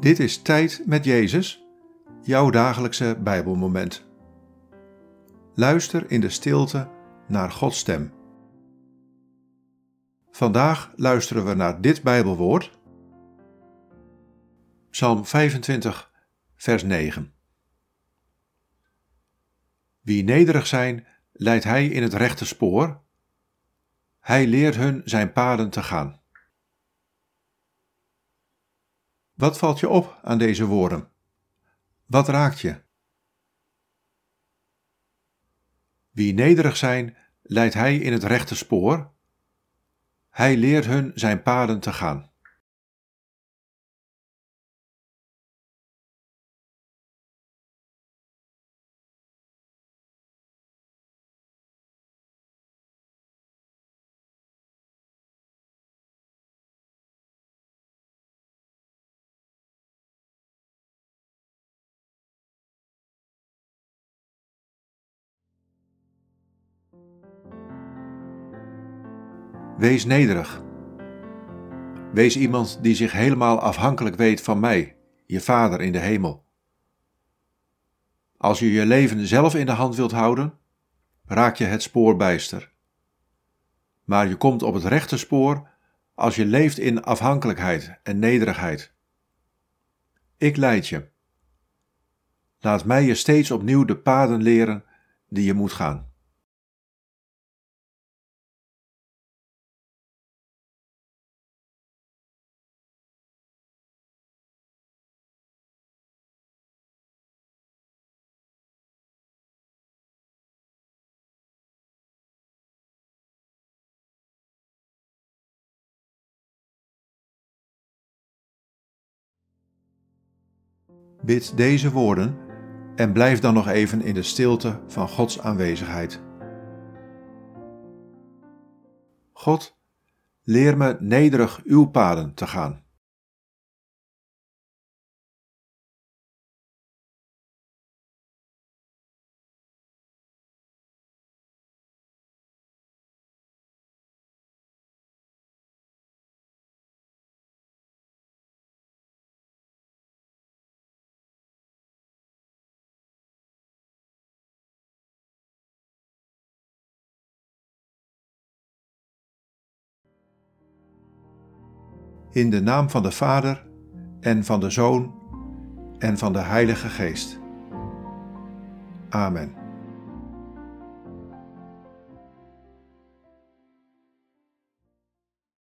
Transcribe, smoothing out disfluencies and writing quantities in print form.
Dit is Tijd met Jezus, jouw dagelijkse Bijbelmoment. Luister in de stilte naar Gods stem. Vandaag luisteren we naar dit Bijbelwoord. Psalm 25, vers 9. Wie nederig zijn, leidt hij in het rechte spoor. Hij leert hun zijn paden te gaan. Wat valt je op aan deze woorden? Wat raakt je? Wie nederig zijn, leidt hij in het rechte spoor. Hij leert hun zijn paden te gaan. Wees nederig. Wees iemand die zich helemaal afhankelijk weet van mij, je Vader in de hemel. Als je je leven zelf in de hand wilt houden, raak je het spoor bijster. Maar je komt op het rechte spoor als je leeft in afhankelijkheid en nederigheid. Ik leid je. Laat mij je steeds opnieuw de paden leren die je moet gaan. Bid deze woorden en blijf dan nog even in de stilte van Gods aanwezigheid. God, leer me nederig uw paden te gaan. In de naam van de Vader en van de Zoon en van de Heilige Geest. Amen.